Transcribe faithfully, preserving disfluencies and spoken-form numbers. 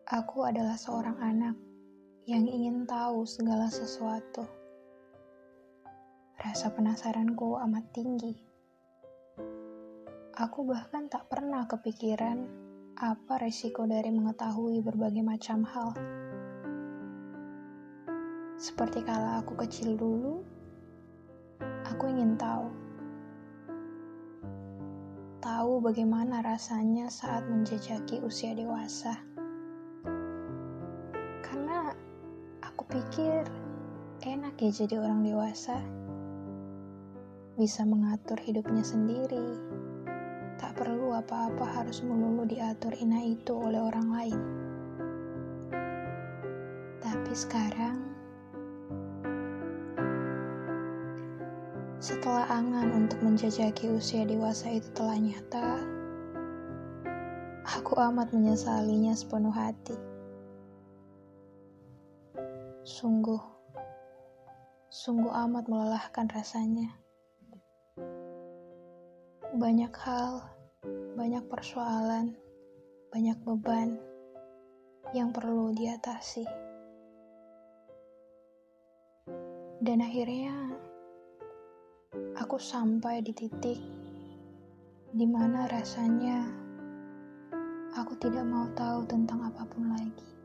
Aku adalah seorang anak yang ingin tahu segala sesuatu. Rasa penasaranku amat tinggi. Aku bahkan tak pernah kepikiran apa resiko dari mengetahui berbagai macam hal. Seperti kala aku kecil dulu, aku ingin tahu. Tahu bagaimana rasanya saat menjejaki usia dewasa. Karena aku pikir enak ya jadi orang dewasa. Bisa mengatur hidupnya sendiri. Tak perlu apa-apa harus melulu diatur ina itu oleh orang lain. Tapi sekarang, setelah angan untuk menjajaki usia dewasa itu telah nyata, aku amat menyesalinya sepenuh hati. Sungguh, sungguh amat melelahkan rasanya. Banyak hal, banyak persoalan, banyak beban yang perlu diatasi. Dan akhirnya, aku sampai di titik di mana rasanya aku tidak mau tahu tentang apapun lagi.